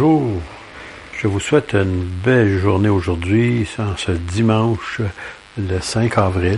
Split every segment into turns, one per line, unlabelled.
bonjour. Je vous souhaite une belle journée aujourd'hui, en ce dimanche, le 5 avril.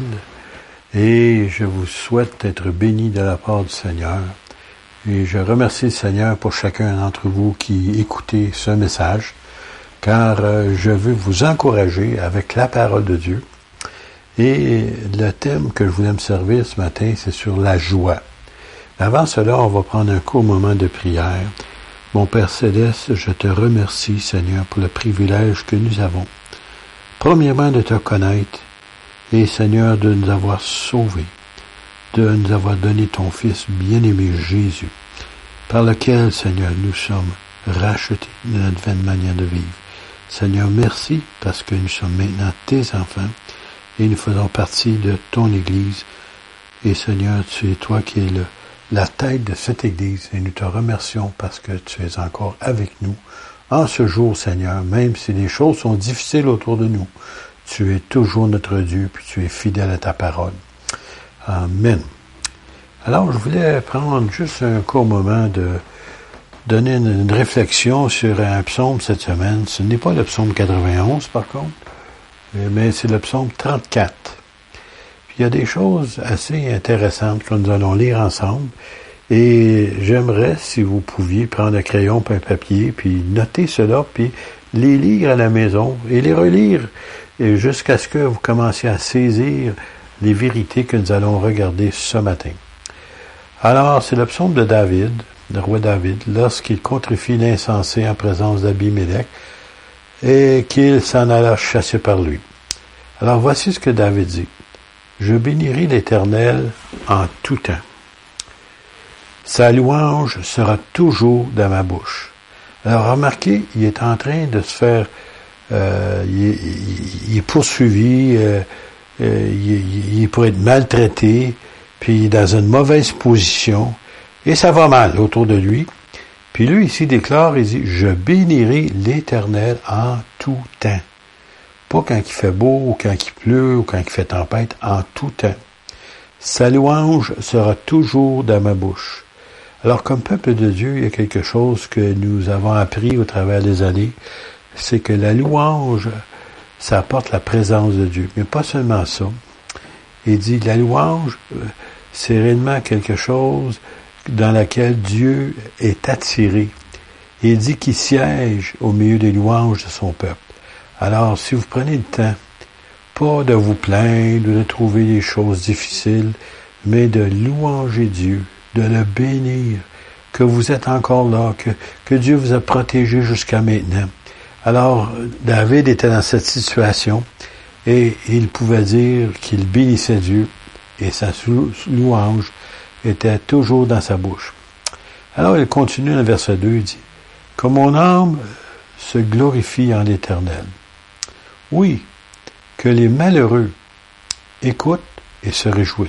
Et je vous souhaite d'être bénis de la part du Seigneur. Et je remercie le Seigneur pour chacun d'entre vous qui écoutez ce message, car je veux vous encourager avec la parole de Dieu. Et le thème que je voulais me servir ce matin, c'est sur la joie. Avant cela, on va prendre un court moment de prière. Mon Père Céleste, je te remercie, Seigneur, pour le privilège que nous avons. Premièrement, de te connaître et, Seigneur, de nous avoir sauvés, de nous avoir donné ton Fils bien-aimé Jésus, par lequel, Seigneur, nous sommes rachetés de notre vaine manière de vivre. Seigneur, merci parce que nous sommes maintenant tes enfants et nous faisons partie de ton Église. Et Seigneur, tu es toi qui es la tête de cette Église et nous te remercions parce que tu es encore avec nous en ce jour, Seigneur, même si les choses sont difficiles autour de nous. Tu es toujours notre Dieu, puis tu es fidèle à ta parole. Amen. Alors, je voulais prendre juste un court moment de donner une réflexion sur un psaume cette semaine. Ce n'est pas le psaume 91, par contre, mais c'est le psaume 34. Puis il y a des choses assez intéressantes que nous allons lire ensemble. Et j'aimerais, si vous pouviez, prendre un crayon et un papier, puis noter cela, puis les lire à la maison et les relire jusqu'à ce que vous commenciez à saisir les vérités que nous allons regarder ce matin. Alors, c'est le psaume de David, le roi David, lorsqu'il contrefie l'insensé en présence d'Abimélec et qu'il s'en alla chasser par lui. Alors, voici ce que David dit. « Je bénirai l'Éternel en tout temps. Sa louange sera toujours dans ma bouche. » Alors, remarquez, il est en train de se faire... il est poursuivi, il est pour être maltraité, puis il est dans une mauvaise position, et ça va mal autour de lui. Puis lui, ici, déclare, il dit, « Je bénirai l'Éternel en tout temps. » Pas quand il fait beau, ou quand il pleut, ou quand il fait tempête, en tout temps. Sa louange sera toujours dans ma bouche. Alors, comme peuple de Dieu, il y a quelque chose que nous avons appris au travers des années, c'est que la louange, ça apporte la présence de Dieu. Mais pas seulement ça. Il dit, la louange, c'est réellement quelque chose dans laquelle Dieu est attiré. Il dit qu'il siège au milieu des louanges de son peuple. Alors, si vous prenez le temps, pas de vous plaindre ou de trouver des choses difficiles, mais de louanger Dieu, de le bénir, que vous êtes encore là, que Dieu vous a protégé jusqu'à maintenant. Alors, David était dans cette situation et il pouvait dire qu'il bénissait Dieu et sa louange était toujours dans sa bouche. Alors, il continue dans le verset 2, il dit, « Que mon âme se glorifie en l'Éternel. Oui, que les malheureux écoutent et se réjouissent. »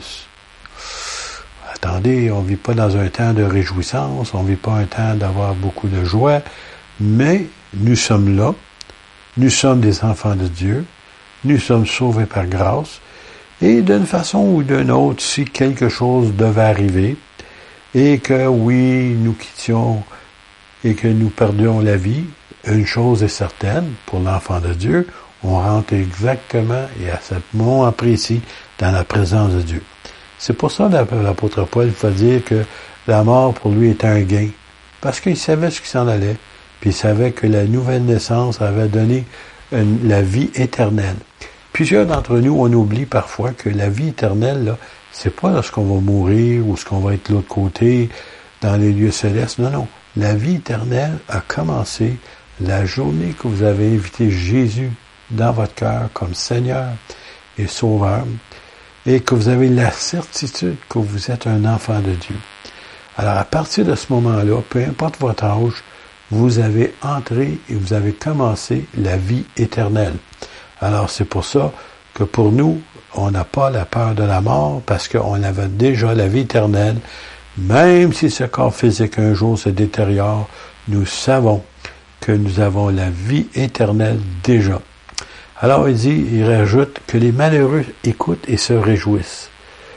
Attendez, on ne vit pas dans un temps de réjouissance, on ne vit pas un temps d'avoir beaucoup de joie, mais nous sommes là, nous sommes des enfants de Dieu, nous sommes sauvés par grâce, et d'une façon ou d'une autre, si quelque chose devait arriver, et que oui, nous quittions et que nous perdions la vie, une chose est certaine, pour l'enfant de Dieu, on rentre exactement, et à ce moment précis, dans la présence de Dieu. C'est pour ça que l'apôtre Paul va dire que la mort pour lui était un gain, parce qu'il savait ce qui s'en allait, puis il savait que la nouvelle naissance avait donné la vie éternelle. Plusieurs d'entre nous, on oublie parfois que la vie éternelle, là, c'est pas lorsqu'on va mourir ou lorsqu'on va être de l'autre côté, dans les lieux célestes. Non, non. La vie éternelle a commencé la journée que vous avez invité Jésus dans votre cœur comme Seigneur et Sauveur, et que vous avez la certitude que vous êtes un enfant de Dieu. Alors, à partir de ce moment-là, peu importe votre âge, vous avez entré et vous avez commencé la vie éternelle. Alors, c'est pour ça que pour nous, on n'a pas la peur de la mort parce qu'on avait déjà la vie éternelle. Même si ce corps physique un jour se détériore, nous savons que nous avons la vie éternelle déjà. Alors, il rajoute que les malheureux écoutent et se réjouissent.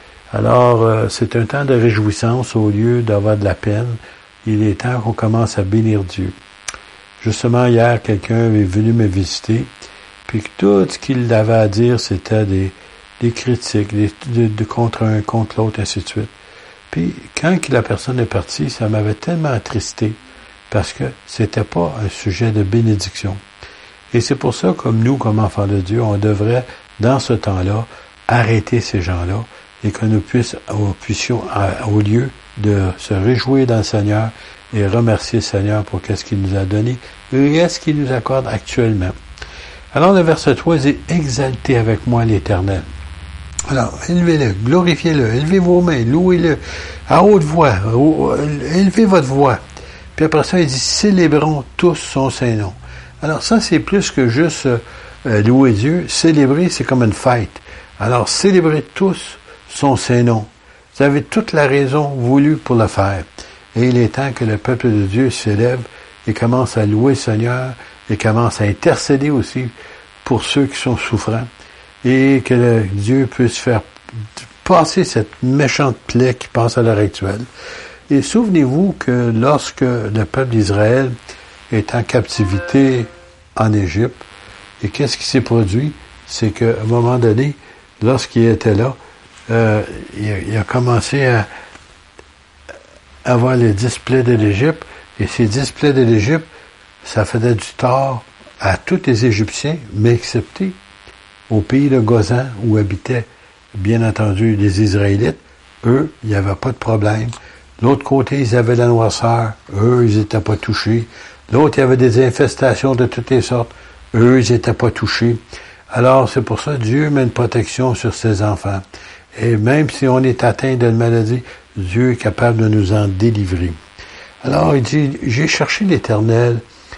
Alors, c'est un temps de réjouissance au lieu d'avoir de la peine. Il est temps qu'on commence à bénir Dieu. Justement, hier, quelqu'un est venu me visiter, puis que tout ce qu'il avait à dire, c'était des critiques, contre un, contre l'autre, ainsi de suite. Puis, quand la personne est partie, ça m'avait tellement attristé, parce que c'était pas un sujet de bénédiction. Et c'est pour ça, comme nous, comme enfants de Dieu, on devrait, dans ce temps-là, arrêter ces gens-là, et que nous puissions, au lieu de se réjouir dans le Seigneur, et remercier le Seigneur pour qu'est-ce qu'il nous a donné, et qu'est-ce qu'il nous accorde actuellement. Alors, le verset 3 dit, « Exaltez avec moi l'Éternel. » Alors, élevez-le, glorifiez-le, élevez vos mains, louez-le, à haute voix, élevez votre voix. Puis après ça, il dit, « Célébrons tous son Saint-Nom. » Alors ça, c'est plus que juste louer Dieu. Célébrer, c'est comme une fête. Alors, célébrez tous son Saint-Nom. Vous avez toute la raison voulue pour le faire. Et il est temps que le peuple de Dieu s'élève et commence à louer le Seigneur et commence à intercéder aussi pour ceux qui sont souffrants et que Dieu puisse faire passer cette méchante plaie qui passe à l'heure actuelle. Et souvenez-vous que lorsque le peuple d'Israël est en captivité en Égypte, et qu'est-ce qui s'est produit? C'est qu'à un moment donné, lorsqu'il était là, il a commencé à avoir les 10 plaies de l'Égypte, et ces 10 plaies de l'Égypte, ça faisait du tort à tous les Égyptiens, mais excepté au pays de Gozan, où habitaient, bien entendu, les Israélites. Eux, il n'y avait pas de problème. L'autre côté, ils avaient la noirceur. Eux, ils n'étaient pas touchés. L'autre, il y avait des infestations de toutes les sortes. Eux, ils n'étaient pas touchés. Alors, c'est pour ça que Dieu met une protection sur ses enfants. Et même si on est atteint d'une maladie, Dieu est capable de nous en délivrer. Alors, il dit, j'ai cherché l'Éternel,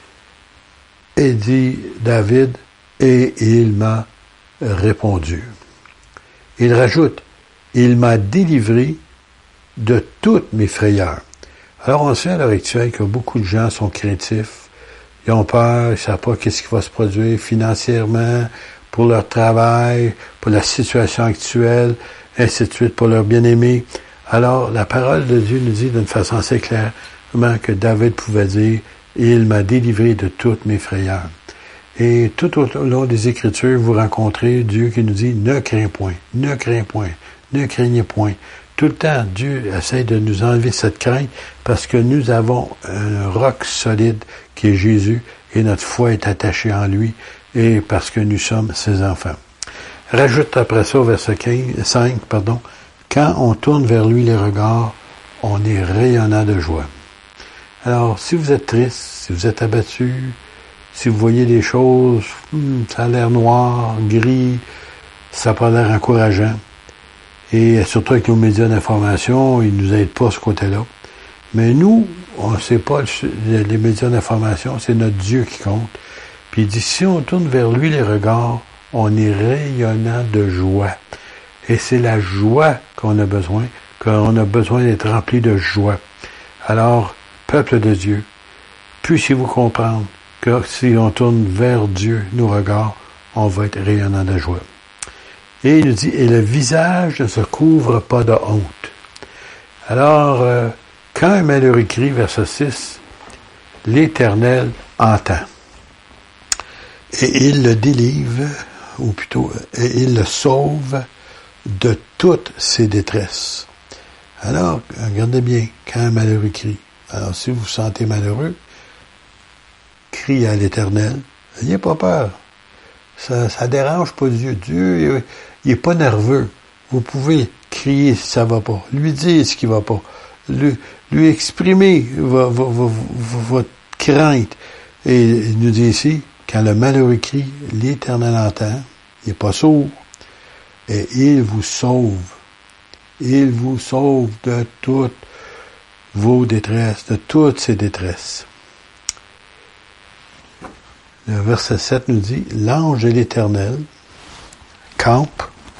et dit David, et il m'a répondu. Il rajoute, il m'a délivré de toutes mes frayeurs. Alors, on sait à l'heure actuelle que beaucoup de gens sont craintifs. Ils ont peur, ils ne savent pas qu'est-ce qui va se produire financièrement, pour leur travail, pour la situation actuelle, ainsi de suite, pour leurs bien-aimés. Alors, la parole de Dieu nous dit d'une façon assez claire que David pouvait dire, « Il m'a délivré de toutes mes frayeurs. » Et tout au long des Écritures, vous rencontrez Dieu qui nous dit, « Ne crains point, ne crains point, ne craignez point. » Tout le temps, Dieu essaie de nous enlever cette crainte parce que nous avons un roc solide qui est Jésus et notre foi est attachée en lui et parce que nous sommes ses enfants. Rajoute après ça au verset 5, quand on tourne vers lui les regards, on est rayonnant de joie. Alors, si vous êtes triste, si vous êtes abattu, si vous voyez des choses, ça a l'air noir, gris, ça n'a pas l'air encourageant, et surtout avec nos médias d'information, ils nous aident pas à ce côté-là. Mais nous, on ne sait pas les médias d'information, c'est notre Dieu qui compte. Puis il dit, si on tourne vers lui les regards, on est rayonnant de joie. Et c'est la joie qu'on a besoin d'être rempli de joie. Alors, peuple de Dieu, puissiez-vous comprendre que si on tourne vers Dieu nos regards, on va être rayonnant de joie. Et il dit, et le visage ne se couvre pas de honte. Alors, quand un malheureux crie, verset 6, l'Éternel entend. Et il le délivre, ou plutôt, et il le sauve de toutes ses détresses. Alors, regardez bien, quand un malheureux crie. Alors, si vous vous sentez malheureux, criez à l'Éternel. N'ayez pas peur. Ça dérange pas Dieu. Dieu, il est pas nerveux. Vous pouvez crier si ça va pas. Lui dire ce qui va pas. Lui exprimer votre crainte. Et il nous dit ici, quand le malheureux crie, l'Éternel entend. Il n'est pas sourd. Et il vous sauve. Il vous sauve de toutes vos détresses, de toutes ses détresses. Le verset 7 nous dit, l'ange de l'Éternel campe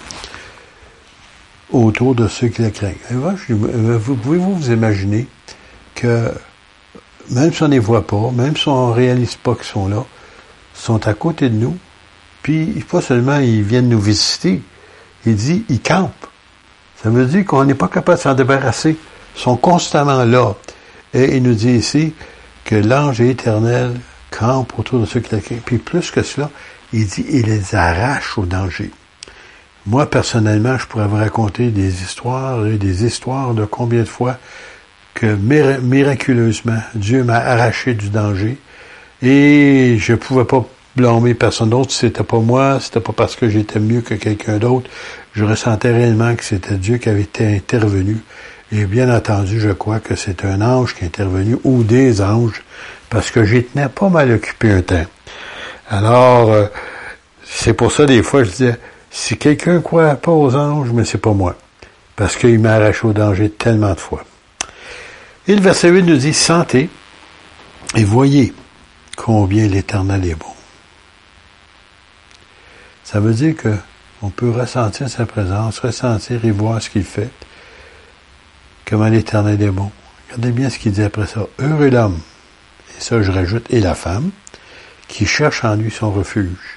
autour de ceux qui le craignent. Pouvez-vous vous imaginer que même si on ne les voit pas, même si on ne réalise pas qu'ils sont là, ils sont à côté de nous, puis pas seulement ils viennent nous visiter, il dit, ils campent. Ça veut dire qu'on n'est pas capable de s'en débarrasser. Ils sont constamment là. Et il nous dit ici que l'ange éternel campe autour de ceux qui le craignent. Puis plus que cela, il dit, il les arrache au danger. Moi, personnellement, je pourrais vous raconter des histoires de combien de fois que miraculeusement, Dieu m'a arraché du danger et je pouvais pas blâmer personne d'autre. C'était pas moi, c'était pas parce que j'étais mieux que quelqu'un d'autre. Je ressentais réellement que c'était Dieu qui avait été intervenu. Et bien entendu, je crois que c'est un ange qui est intervenu ou des anges parce que j'y tenais pas mal occupé un temps. Alors, c'est pour ça des fois je disais, si quelqu'un croit pas aux anges, mais c'est pas moi. Parce qu'il m'a arraché au danger tellement de fois. Et le verset 8 nous dit, sentez et voyez combien l'Éternel est bon. Ça veut dire que on peut ressentir sa présence, ressentir et voir ce qu'il fait. Comment l'Éternel est bon. Regardez bien ce qu'il dit après ça. Heureux l'homme, et ça je rajoute, et la femme, qui cherche en lui son refuge.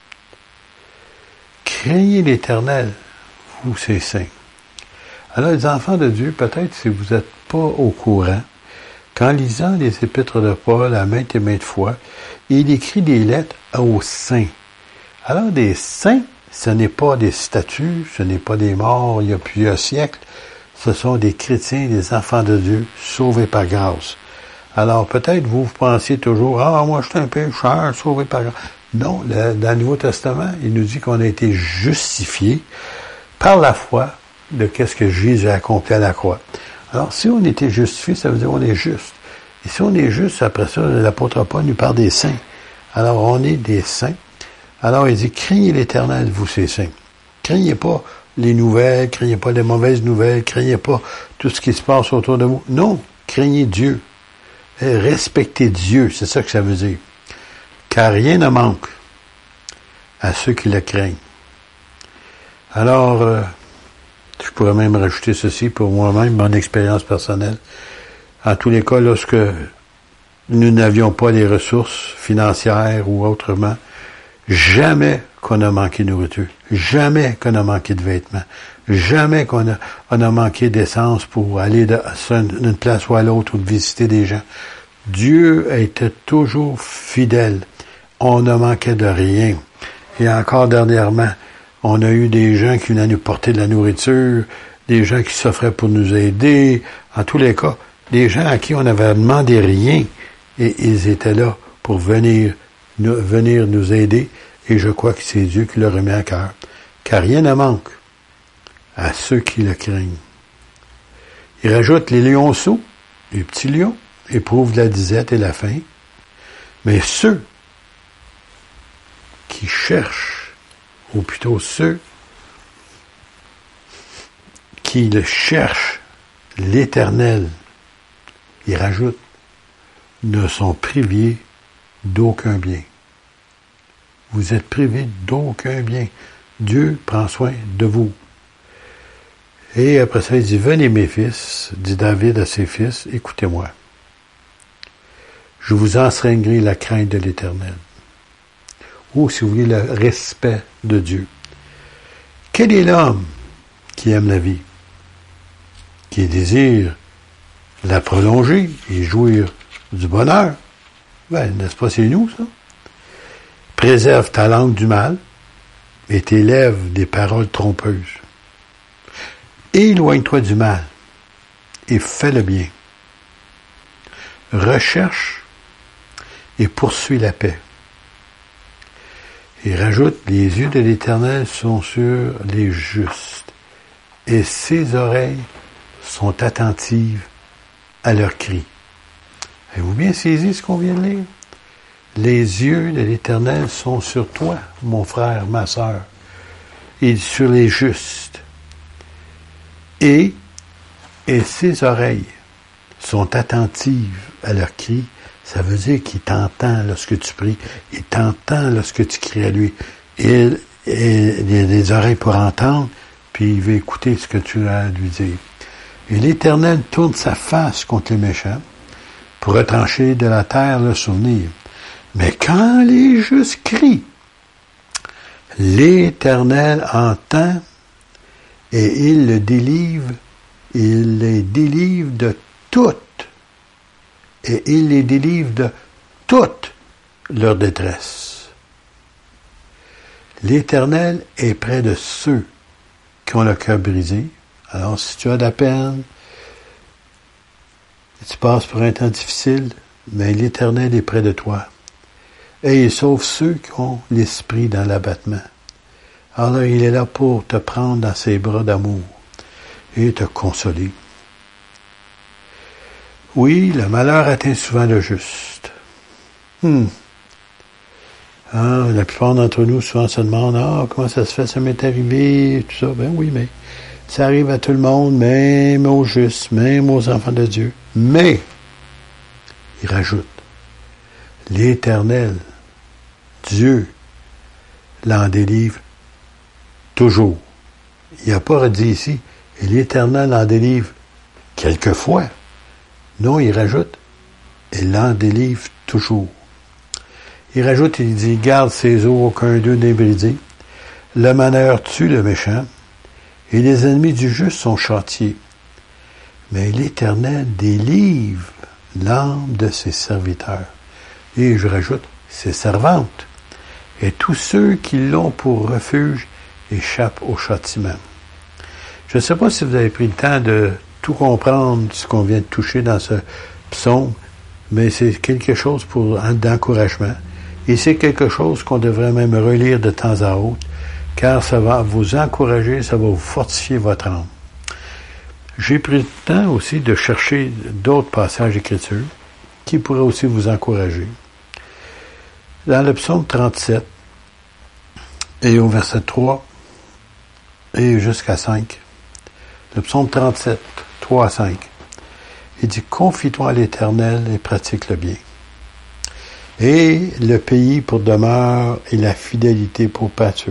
Craignez l'Éternel, vous ses saints. Alors les enfants de Dieu, peut-être si vous n'êtes pas au courant, qu'en lisant les épîtres de Paul à maintes et maintes fois, il écrit des lettres aux saints. Alors des saints, ce n'est pas des statues, ce n'est pas des morts il y a plusieurs siècles, ce sont des chrétiens, des enfants de Dieu, sauvés par grâce. Alors peut-être vous pensiez toujours, moi je suis un pécheur, sauvé par grâce. Non, dans le Nouveau Testament, il nous dit qu'on a été justifiés par la foi de qu'est-ce que Jésus a accompli à la croix. Alors, si on était justifié, ça veut dire qu'on est juste. Et si on est juste, après ça, l'apôtre Paul nous parle des saints. Alors, on est des saints. Alors, il dit, craignez l'Éternel, vous, ces saints. Craignez pas les nouvelles, craignez pas les mauvaises nouvelles, craignez pas tout ce qui se passe autour de vous. Non, craignez Dieu. Respectez Dieu, c'est ça que ça veut dire. Car rien ne manque à ceux qui le craignent. Alors, je pourrais même rajouter ceci pour moi-même, mon expérience personnelle. En tous les cas, lorsque nous n'avions pas les ressources financières ou autrement, jamais qu'on a manqué de nourriture, jamais qu'on a manqué de vêtements, jamais qu'on a manqué d'essence pour aller d'une place ou à l'autre ou de visiter des gens. Dieu était toujours fidèle. On ne manquait de rien. Et encore dernièrement, on a eu des gens qui venaient nous porter de la nourriture, des gens qui s'offraient pour nous aider. En tous les cas, des gens à qui on n'avait demandé rien et ils étaient là pour venir nous aider. Et je crois que c'est Dieu qui leur remet à cœur. Car rien ne manque à ceux qui le craignent. Il rajoute les lionceaux, les petits lions, éprouvent la disette et la faim. Mais ceux qui cherchent, ou plutôt ceux qui le cherchent, l'Éternel, il rajoute, ne sont privés d'aucun bien. Vous êtes privés d'aucun bien. Dieu prend soin de vous. Et après ça, il dit, venez mes fils, dit David à ses fils, écoutez-moi. Je vous enseignerai la crainte de l'Éternel. Ou, si vous voulez, le respect de Dieu. Quel est l'homme qui aime la vie, qui désire la prolonger et jouir du bonheur? Ben, n'est-ce pas, c'est nous, ça? Préserve ta langue du mal et tes lèvres des paroles trompeuses. Éloigne-toi du mal et fais le bien. Recherche et poursuis la paix. Il rajoute, les yeux de l'Éternel sont sur les justes, et ses oreilles sont attentives à leurs cris. Avez-vous bien saisi ce qu'on vient de lire? Les yeux de l'Éternel sont sur toi, mon frère, ma sœur, et sur les justes. Et ses oreilles sont attentives à leurs cris. Ça veut dire qu'il t'entend lorsque tu pries. Il t'entend lorsque tu cries à lui. Il a des oreilles pour entendre, puis il veut écouter ce que tu as à lui dire. Et l'Éternel tourne sa face contre les méchants pour retrancher de la terre le souvenir. Mais quand les justes crient, l'Éternel entend et il les délivre de toutes. Et il les délivre de toutes leur détresse. L'Éternel est près de ceux qui ont le cœur brisé. Alors, si tu as de la peine, tu passes pour un temps difficile, mais l'Éternel est près de toi. Et il sauve ceux qui ont l'esprit dans l'abattement. Alors, il est là pour te prendre dans ses bras d'amour et te consoler. Oui, le malheur atteint souvent le juste. La plupart d'entre nous, souvent, se demandent, comment ça se fait, ça m'est arrivé, tout ça. Ben oui, mais ça arrive à tout le monde, même aux justes, même aux enfants de Dieu. Mais, il rajoute, l'Éternel, Dieu, l'en délivre toujours. Il n'a pas redit ici, et l'Éternel en délivre quelquefois. Non, il rajoute, et l'en délivre toujours. Il rajoute, il dit, garde ses eaux, aucun d'eux n'est brisé. Le malheur tue le méchant, et les ennemis du juste sont châtiés. Mais l'Éternel délivre l'âme de ses serviteurs. Et je rajoute, ses servantes. Et tous ceux qui l'ont pour refuge échappent au châtiment. Je ne sais pas si vous avez pris le temps de tout comprendre ce qu'on vient de toucher dans ce psaume, mais c'est quelque chose d'encouragement. Et c'est quelque chose qu'on devrait même relire de temps à autre, car ça va vous encourager, ça va vous fortifier votre âme. J'ai pris le temps aussi de chercher d'autres passages d'Écriture qui pourraient aussi vous encourager. Dans le psaume 37, et au verset 3, et jusqu'à 5, le psaume 37, 3 à 5, il dit, confie-toi à l'Éternel et pratique le bien. Et le pays pour demeure et la fidélité pour pâture.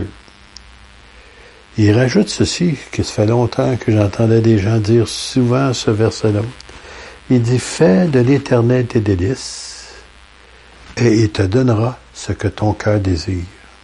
Il rajoute ceci, que ça fait longtemps que j'entendais des gens dire souvent ce verset-là. Il dit, fais de l'Éternel tes délices, et il te donnera ce que ton cœur désire.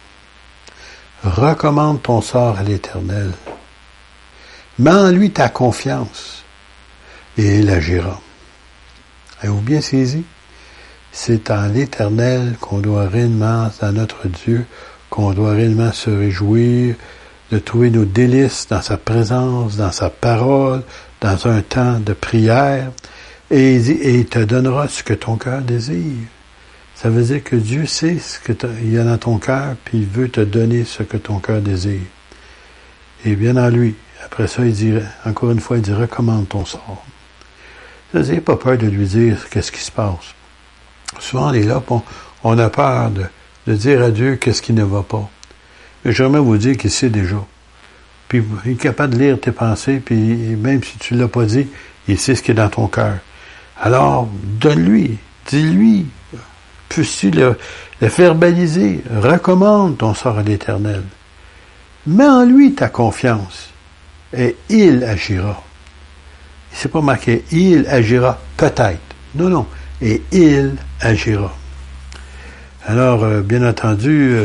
Recommande ton sort à l'Éternel. Mets en lui ta confiance, et il agira. Avez-vous bien saisi? C'est en l'Éternel qu'on doit réellement, dans notre Dieu, qu'on doit réellement se réjouir, de trouver nos délices dans sa présence, dans sa parole, dans un temps de prière. Et il dit, et il te donnera ce que ton cœur désire. Ça veut dire que Dieu sait ce qu'il y a dans ton cœur, puis il veut te donner ce que ton cœur désire. Et bien en lui. Après ça, il dit, encore une fois, il dit, recommande ton sort. C'est-à-dire, pas peur de lui dire qu'est-ce qui se passe. Souvent, on est là, on a peur de dire à Dieu qu'est-ce qui ne va pas. Mais j'aimerais vous dire qu'il sait déjà. Puis, il est capable de lire tes pensées, puis même si tu ne l'as pas dit, il sait ce qui est dans ton cœur. Alors, donne-lui, dis-lui, puisses-tu le verbaliser, recommande ton sort à l'Éternel. Mets en lui ta confiance, et il agira. C'est pas marqué, il agira peut-être. Non, et il agira. Alors, bien entendu,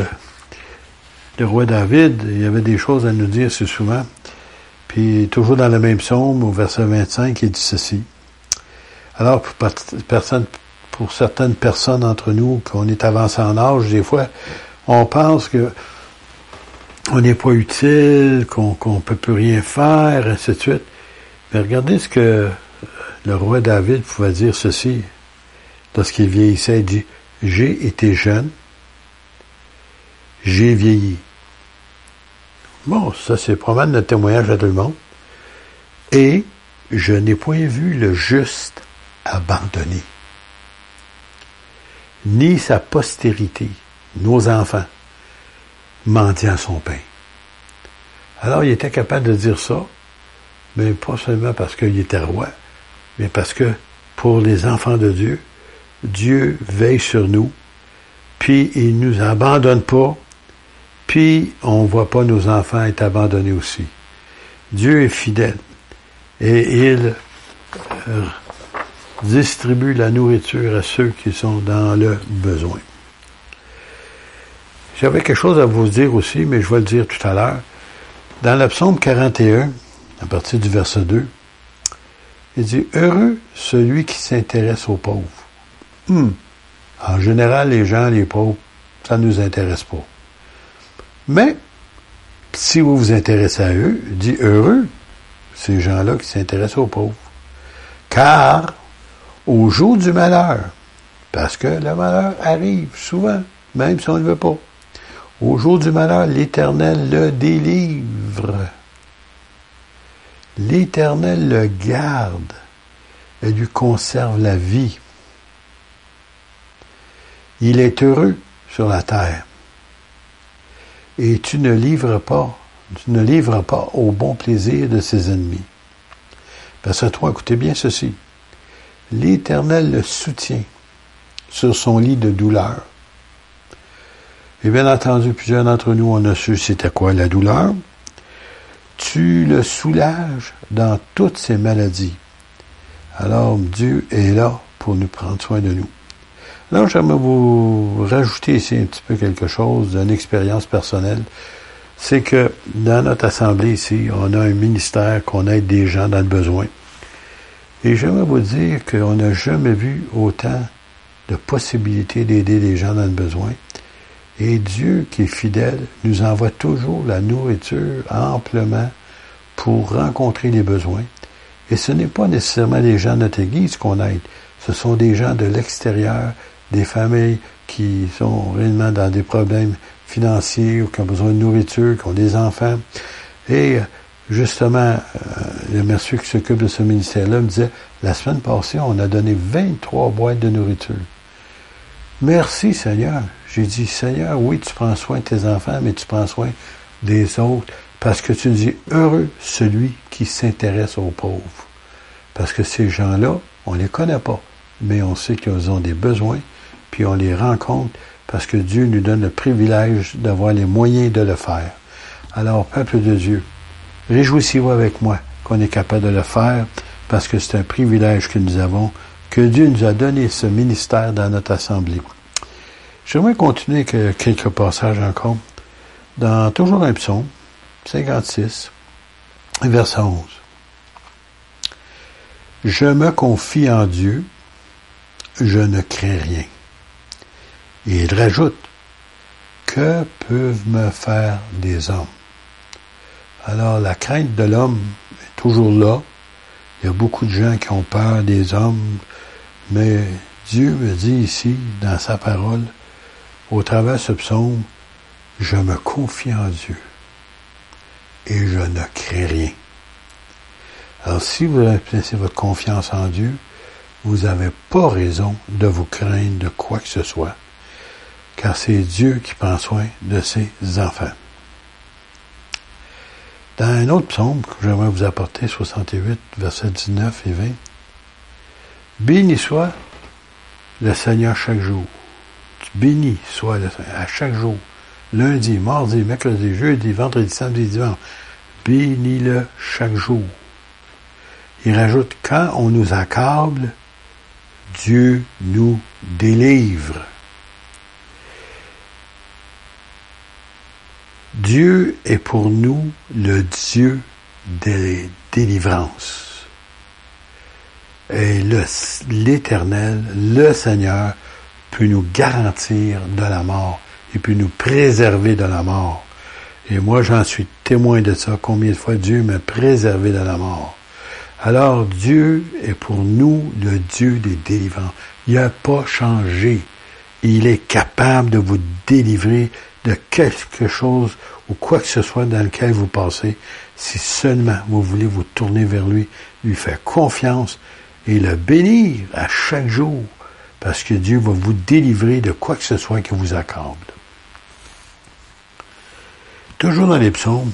le roi David, il y avait des choses à nous dire assez souvent. Puis, toujours dans le même psaume, au verset 25, il dit ceci. Alors, pour certaines personnes d'entre nous, qu'on est avancé en âge, des fois, on pense que on n'est pas utile, qu'on peut plus rien faire, ainsi de suite. Mais regardez ce que le roi David pouvait dire ceci. Lorsqu'il vieillissait, il dit, « J'ai été jeune, j'ai vieilli. » Bon, ça c'est probablement notre témoignage à tout le monde. « Et je n'ai point vu le juste abandonné, ni sa postérité, nos enfants, mendiant son pain. » Alors, il était capable de dire ça, mais pas seulement parce qu'il était roi, mais parce que pour les enfants de Dieu, Dieu veille sur nous, puis il ne nous abandonne pas, puis on ne voit pas nos enfants être abandonnés aussi. Dieu est fidèle et il distribue la nourriture à ceux qui sont dans le besoin. J'avais quelque chose à vous dire aussi, mais je vais le dire tout à l'heure. Dans le psaume 41, à partir du verset 2, il dit « Heureux celui qui s'intéresse aux pauvres. En général, les gens, les pauvres, ça ne nous intéresse pas. Mais, si vous vous intéressez à eux, dit heureux, ces gens-là qui s'intéressent aux pauvres. Car, au jour du malheur, parce que le malheur arrive souvent, même si on ne veut pas, au jour du malheur, l'Éternel le délivre. L'Éternel le garde et lui conserve la vie. Il est heureux sur la terre. Et tu ne livres pas au bon plaisir de ses ennemis. Verset 3, écoutez bien ceci. L'Éternel le soutient sur son lit de douleur. Et bien entendu, plusieurs d'entre nous, on a su c'était quoi la douleur. Tu le soulages dans toutes ses maladies. Alors, Dieu est là pour nous prendre soin de nous. Alors, j'aimerais vous rajouter ici un petit peu quelque chose d'une expérience personnelle. C'est que dans notre assemblée ici, on a un ministère qu'on aide des gens dans le besoin. Et j'aimerais vous dire qu'on n'a jamais vu autant de possibilités d'aider des gens dans le besoin. Et Dieu, qui est fidèle, nous envoie toujours la nourriture amplement pour rencontrer les besoins. Et ce n'est pas nécessairement les gens de notre Église qu'on aide. Ce sont des gens de l'extérieur, des familles qui sont réellement dans des problèmes financiers ou qui ont besoin de nourriture, qui ont des enfants. Et justement, le monsieur qui s'occupe de ce ministère-là me disait, la semaine passée, on a donné 23 boîtes de nourriture. Merci Seigneur. J'ai dit, Seigneur, oui, tu prends soin de tes enfants, mais tu prends soin des autres, parce que tu dis, heureux celui qui s'intéresse aux pauvres. Parce que ces gens-là, on les connaît pas, mais on sait qu'ils ont des besoins, puis on les rencontre, parce que Dieu nous donne le privilège d'avoir les moyens de le faire. Alors, peuple de Dieu, réjouissez-vous avec moi qu'on est capable de le faire, parce que c'est un privilège que nous avons, que Dieu nous a donné ce ministère dans notre assemblée. J'aimerais continuer avec quelques passages encore. Dans toujours un psaume, 56, verset 11. Je me confie en Dieu, je ne crains rien. Et il rajoute, que peuvent me faire des hommes? Alors, la crainte de l'homme est toujours là. Il y a beaucoup de gens qui ont peur des hommes, mais Dieu me dit ici, dans sa parole, au travers de ce psaume, je me confie en Dieu et je ne crains rien. Alors, si vous avez placé votre confiance en Dieu, vous n'avez pas raison de vous craindre de quoi que ce soit, car c'est Dieu qui prend soin de ses enfants. Dans un autre psaume que j'aimerais vous apporter, 68, versets 19 et 20, béni soit le Seigneur chaque jour. Béni soit le Seigneur à chaque jour. Lundi, mardi, mercredi, jeudi, vendredi, samedi, dimanche. Bénis-le chaque jour. Il rajoute, quand on nous accable, Dieu nous délivre. Dieu est pour nous le Dieu des délivrances. Et l'Éternel, le Seigneur, peut nous garantir de la mort. Il peut nous préserver de la mort. Et moi, j'en suis témoin de ça. Combien de fois Dieu m'a préservé de la mort. Alors, Dieu est pour nous le Dieu des délivrances. Il n'a pas changé. Il est capable de vous délivrer de quelque chose ou quoi que ce soit dans lequel vous passez, si seulement vous voulez vous tourner vers lui faire confiance et le bénir à chaque jour, parce que Dieu va vous délivrer de quoi que ce soit qui vous accable. Toujours dans les psaumes,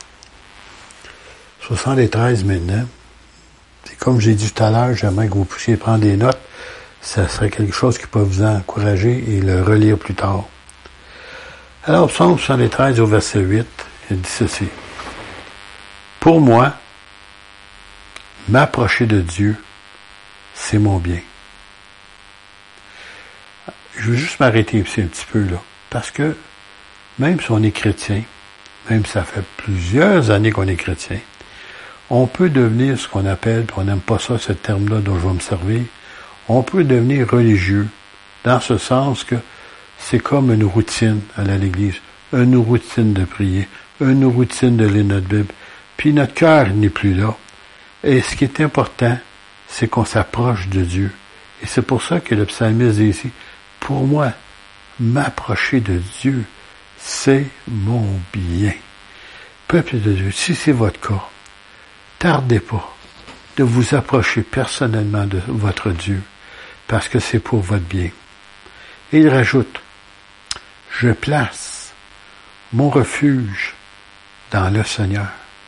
73 maintenant, c'est comme j'ai dit tout à l'heure, j'aimerais que vous puissiez prendre des notes, ça serait quelque chose qui peut vous encourager et le relire plus tard. Alors, psaume 73 au verset 8, il dit ceci. Pour moi, m'approcher de Dieu, c'est mon bien. Je veux juste m'arrêter ici un petit peu, là, parce que même si on est chrétien, même si ça fait plusieurs années qu'on est chrétien, on peut devenir ce qu'on appelle, puis on n'aime pas ça, ce terme-là dont je vais me servir, on peut devenir religieux dans ce sens que c'est comme une routine à l'église, une routine de prier, une routine de lire notre Bible. Puis notre cœur n'est plus là. Et ce qui est important, c'est qu'on s'approche de Dieu. Et c'est pour ça que le psalmiste dit ici, pour moi, m'approcher de Dieu, c'est mon bien. Peuple de Dieu, si c'est votre cas, tardez pas de vous approcher personnellement de votre Dieu, parce que c'est pour votre bien. Et il rajoute, je place mon refuge dans le Seigneur,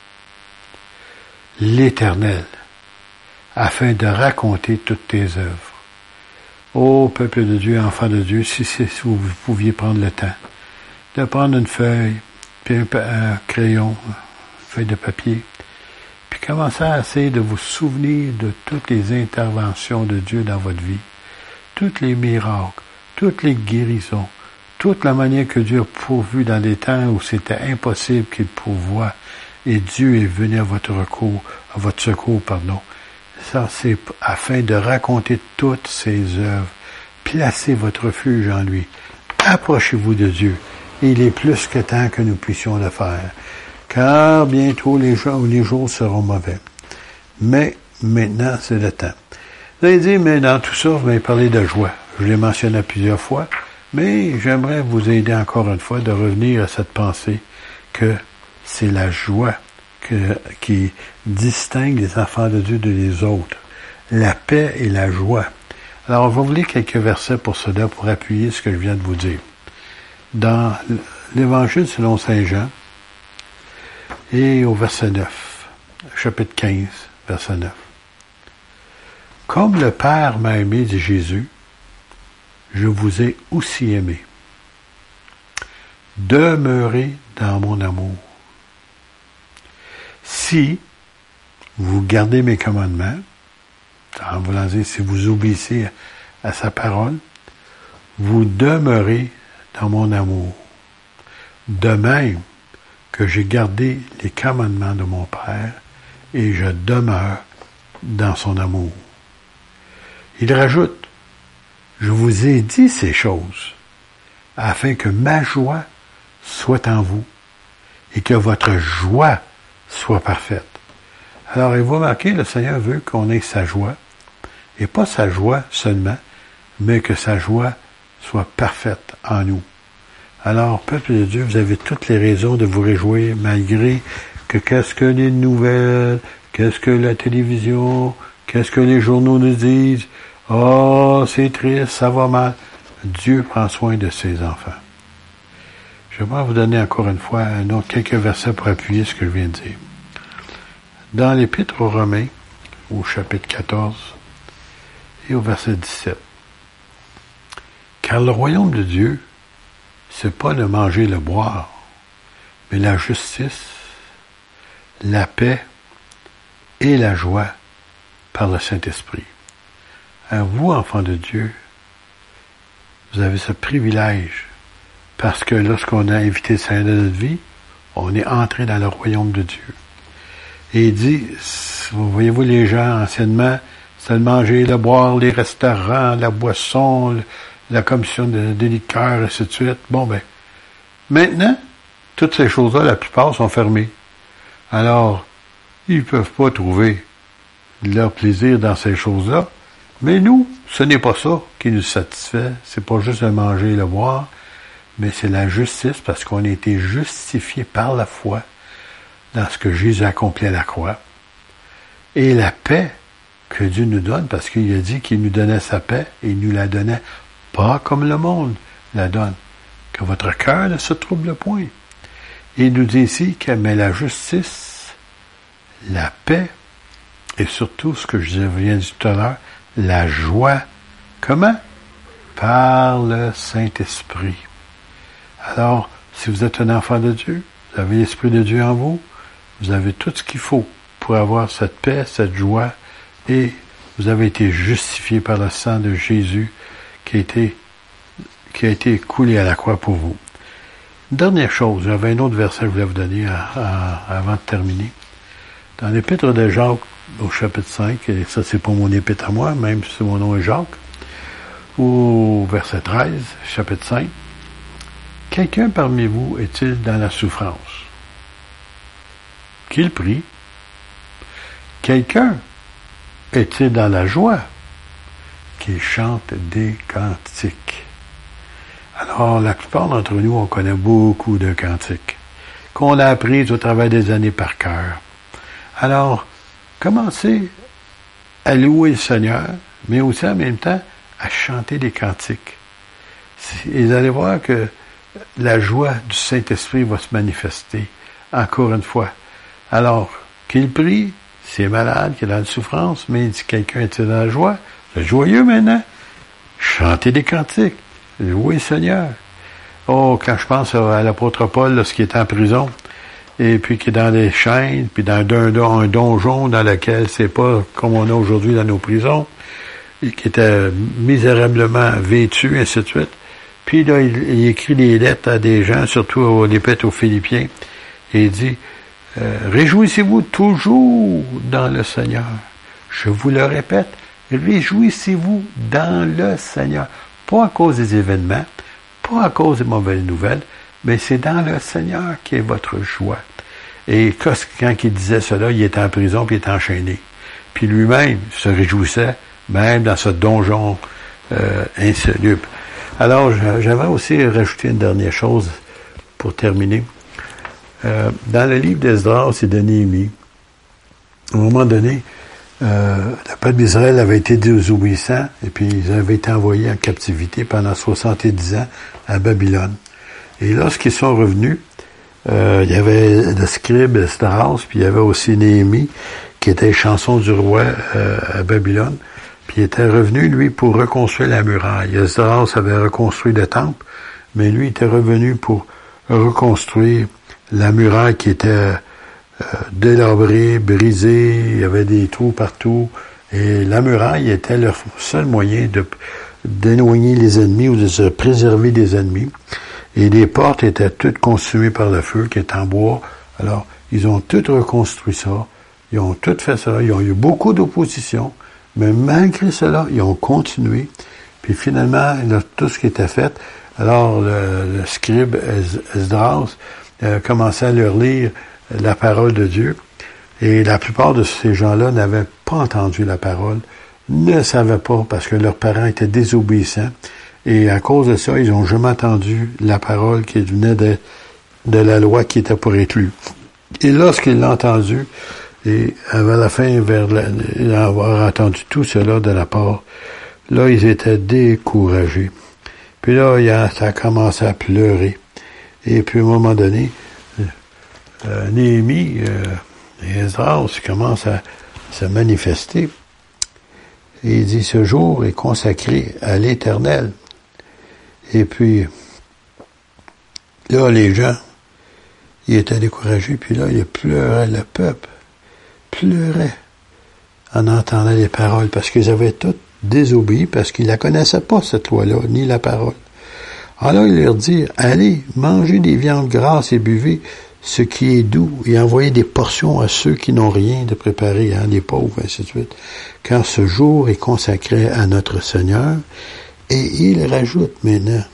l'Éternel, afin de raconter toutes tes œuvres. Ô peuple de Dieu, enfant de Dieu, si vous pouviez prendre le temps de prendre une feuille, puis un crayon, une feuille de papier, puis commencer à essayer de vous souvenir de toutes les interventions de Dieu dans votre vie, tous les miracles, toutes les guérisons, toute la manière que Dieu a pourvu dans des temps où c'était impossible qu'il pourvoie, et Dieu est venu à votre secours. Ça, c'est afin de raconter toutes ses œuvres. Placez votre refuge en lui. Approchez-vous de Dieu. Il est plus que temps que nous puissions le faire. Car bientôt les jours seront mauvais. Mais maintenant, c'est le temps. Vous allez dire, mais dans tout ça, vous m'avez parlé de joie. Je l'ai mentionné plusieurs fois, mais j'aimerais vous aider encore une fois de revenir à cette pensée que c'est la joie qui distingue les enfants de Dieu des autres. La paix et la joie. Alors, on va vous lire quelques versets pour cela, pour appuyer ce que je viens de vous dire. Dans l'Évangile selon Saint Jean, et au verset 9, chapitre 15, verset 9. Comme le Père m'a aimé, dit Jésus, je vous ai aussi aimé. Demeurez dans mon amour. Si vous gardez mes commandements, en voulant dire, si vous obéissez à sa parole, vous demeurez dans mon amour. De même que j'ai gardé les commandements de mon Père et je demeure dans son amour. Il rajoute, je vous ai dit ces choses afin que ma joie soit en vous et que votre joie soit parfaite. Alors, et vous remarquez, le Seigneur veut qu'on ait sa joie, et pas sa joie seulement, mais que sa joie soit parfaite en nous. Alors, peuple de Dieu, vous avez toutes les raisons de vous réjouir, malgré que qu'est-ce que les nouvelles, qu'est-ce que la télévision, qu'est-ce que les journaux nous disent, oh, c'est triste, ça va mal. Dieu prend soin de ses enfants. J'aimerais vous donner encore une fois quelques versets pour appuyer ce que je viens de dire. Dans l'Épître aux Romains, au chapitre 14 et au verset 17. Car le royaume de Dieu, c'est pas le manger et le boire, mais la justice, la paix et la joie par le Saint-Esprit. Alors vous, enfants de Dieu, vous avez ce privilège, parce que lorsqu'on a invité le Seigneur dans notre vie, on est entré dans le royaume de Dieu. Et il dit, voyez-vous les gens anciennement, c'est le manger, le boire, les restaurants, la boisson, la commission des liqueurs, et ainsi de suite. Bon, ben, maintenant, toutes ces choses-là, la plupart sont fermées. Alors, ils ne peuvent pas trouver leur plaisir dans ces choses-là. Mais nous, ce n'est pas ça qui nous satisfait. C'est pas juste le manger et le boire, mais c'est la justice, parce qu'on a été justifié par la foi dans ce que Jésus a accompli à la croix. Et la paix que Dieu nous donne, parce qu'il a dit qu'il nous donnait sa paix, et il nous la donnait pas comme le monde la donne. Que votre cœur ne se trouble point. Et il nous dit ici que mais la justice, la paix, et surtout ce que je viens de dire tout à l'heure, la joie. Comment? Par le Saint-Esprit. Alors, si vous êtes un enfant de Dieu, vous avez l'Esprit de Dieu en vous, vous avez tout ce qu'il faut pour avoir cette paix, cette joie, et vous avez été justifié par le sang de Jésus qui a été coulé à la croix pour vous. Dernière chose, j'avais un autre verset que je voulais vous donner avant de terminer. Dans l'Épître de Jacques, au chapitre 5, et ça c'est pas mon épître à moi, même si mon nom est Jacques, au verset 13, chapitre 5. Quelqu'un parmi vous est-il dans la souffrance? Qu'il prie. Quelqu'un est-il dans la joie? Qu'il chante des cantiques. Alors, la plupart d'entre nous, on connaît beaucoup de cantiques qu'on a appris au travers des années par cœur. Alors, commencez à louer le Seigneur, mais aussi en même temps à chanter des cantiques. Et vous allez voir que la joie du Saint-Esprit va se manifester, encore une fois. Alors, qu'il prie, s'il est malade, qu'il est dans la souffrance, mais si quelqu'un est dans la joie, c'est joyeux maintenant. Chantez des cantiques, louez le Seigneur. Oh, quand je pense à l'apôtre Paul, lorsqu'il était en prison, et puis qui est dans les chaînes, puis dans un donjon dans lequel c'est pas comme on a aujourd'hui dans nos prisons, et qui était misérablement vêtu, ainsi de suite. Puis là, il écrit des lettres à des gens, surtout l'épître aux Philippiens, et il dit, réjouissez-vous toujours dans le Seigneur. Je vous le répète, réjouissez-vous dans le Seigneur. Pas à cause des événements, pas à cause des mauvaises nouvelles, mais c'est dans le Seigneur qui est votre joie. Et quand il disait cela, il était en prison puis il était enchaîné. Puis lui-même se réjouissait, même dans ce donjon insoluble. Alors, j'aimerais aussi rajouter une dernière chose pour terminer. Dans le livre d'Esdras et de Néhémie, à un moment donné, le peuple d'Israël avait été désobéissant et puis ils avaient été envoyés en captivité pendant 70 ans à Babylone. Et lorsqu'ils sont revenus, il y avait le scribe Esdras, puis il y avait aussi Néhémie, qui était chanson du roi à Babylone. Puis il était revenu, lui, pour reconstruire la muraille. Esdras avait reconstruit le temple, mais lui était revenu pour reconstruire la muraille qui était délabrée, brisée, il y avait des trous partout. Et la muraille était leur seul moyen d'éloigner les ennemis ou de se préserver des ennemis. Et les portes étaient toutes consumées par le feu, qui est en bois. Alors, ils ont tout reconstruit ça. Ils ont tout fait ça. Ils ont eu beaucoup d'opposition. Mais malgré cela, ils ont continué. Puis finalement, tout ce qui était fait, alors le scribe Esdras commençait à leur lire la parole de Dieu. Et la plupart de ces gens-là n'avaient pas entendu la parole, ne savaient pas parce que leurs parents étaient désobéissants. Et à cause de ça, ils n'ont jamais entendu la parole qui venait de la loi qui était pour être lue. Et lorsqu'ils l'ont entendu, et vers la fin, avoir entendu tout cela de la part, là, ils étaient découragés. Puis là, ça a commencé à pleurer. Et puis, à un moment donné, Néhémie et Esdras commencent à se manifester. Et il dit, ce jour est consacré à l'Éternel. Et puis, là, les gens, ils étaient découragés, puis là, ils pleuraient, le peuple pleurait en entendant les paroles, parce qu'ils avaient tous désobéi, parce qu'ils ne la connaissaient pas, cette loi-là, ni la parole. Alors, il leur dit, allez, mangez des viandes grasses et buvez ce qui est doux, et envoyez des portions à ceux qui n'ont rien de préparé, les pauvres, ainsi de suite. Car ce jour est consacré à notre Seigneur. Et il rajoute maintenant,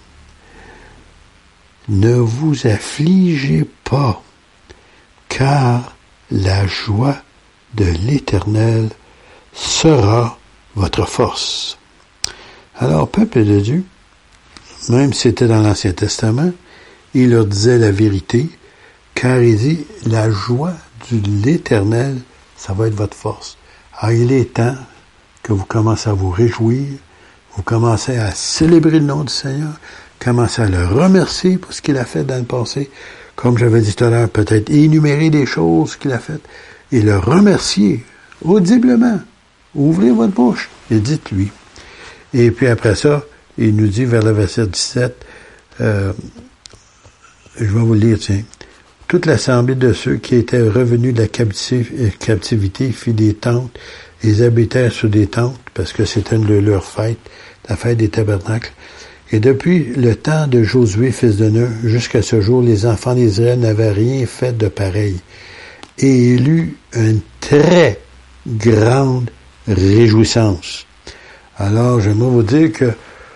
ne vous affligez pas, car la joie de l'Éternel sera votre force. Alors, peuple de Dieu, même si c'était dans l'Ancien Testament, il leur disait la vérité, car il dit, la joie de l'Éternel, ça va être votre force. Alors, il est temps que vous commencez à vous réjouir, vous commencez à célébrer le nom du Seigneur, commencez à le remercier pour ce qu'il a fait dans le passé, comme j'avais dit tout à l'heure, peut-être énumérer des choses qu'il a faites, et le remercier audiblement. Ouvrez votre bouche et dites-lui. Et puis après ça, il nous dit vers le verset 17, je vais vous le lire, tiens. Toute l'assemblée de ceux qui étaient revenus de la captivité fit des tentes, ils habitèrent sur des tentes, parce que c'était une de leurs fêtes, la fête des tabernacles. Et depuis le temps de Josué, fils de Nun, jusqu'à ce jour, les enfants d'Israël n'avaient rien fait de pareil. Et il eut une très grande réjouissance. Alors, j'aimerais vous dire que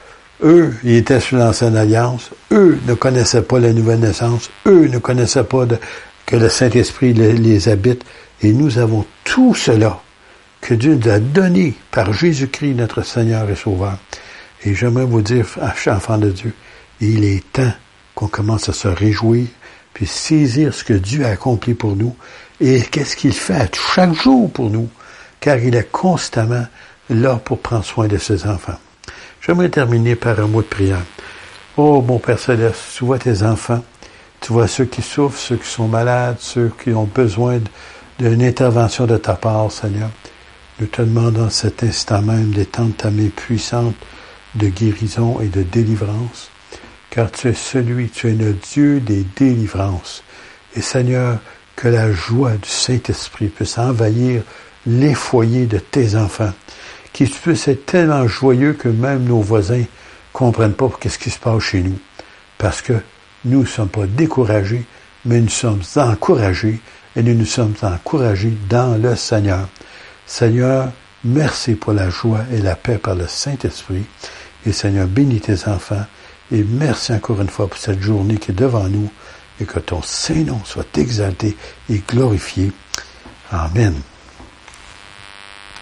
Eux, ils étaient sous l'ancienne alliance. Eux ne connaissaient pas la nouvelle naissance. Eux ne connaissaient pas que le Saint-Esprit les habite. Et nous avons tout cela que Dieu nous a donné par Jésus-Christ, notre Seigneur et Sauveur. Et j'aimerais vous dire, enfants de Dieu, il est temps qu'on commence à se réjouir, puis saisir ce que Dieu a accompli pour nous, et qu'est-ce qu'il fait chaque jour pour nous, car il est constamment là pour prendre soin de ses enfants. J'aimerais terminer par un mot de prière. Oh, mon Père Céleste, tu vois tes enfants, tu vois ceux qui souffrent, ceux qui sont malades, ceux qui ont besoin d'une intervention de ta part, Seigneur. Nous te demandons cet instant même d'étendre ta main puissante de guérison et de délivrance, car tu es le Dieu des délivrances. Et Seigneur, que la joie du Saint-Esprit puisse envahir les foyers de tes enfants, qu'ils puissent être tellement joyeux que même nos voisins ne comprennent pas qu'est-ce qui se passe chez nous. Parce que nous ne sommes pas découragés, mais nous sommes encouragés, et nous sommes encouragés dans le Seigneur. Seigneur, merci pour la joie et la paix par le Saint-Esprit. Et Seigneur, bénis tes enfants. Et merci encore une fois pour cette journée qui est devant nous. Et que ton Saint-Nom soit exalté et glorifié. Amen.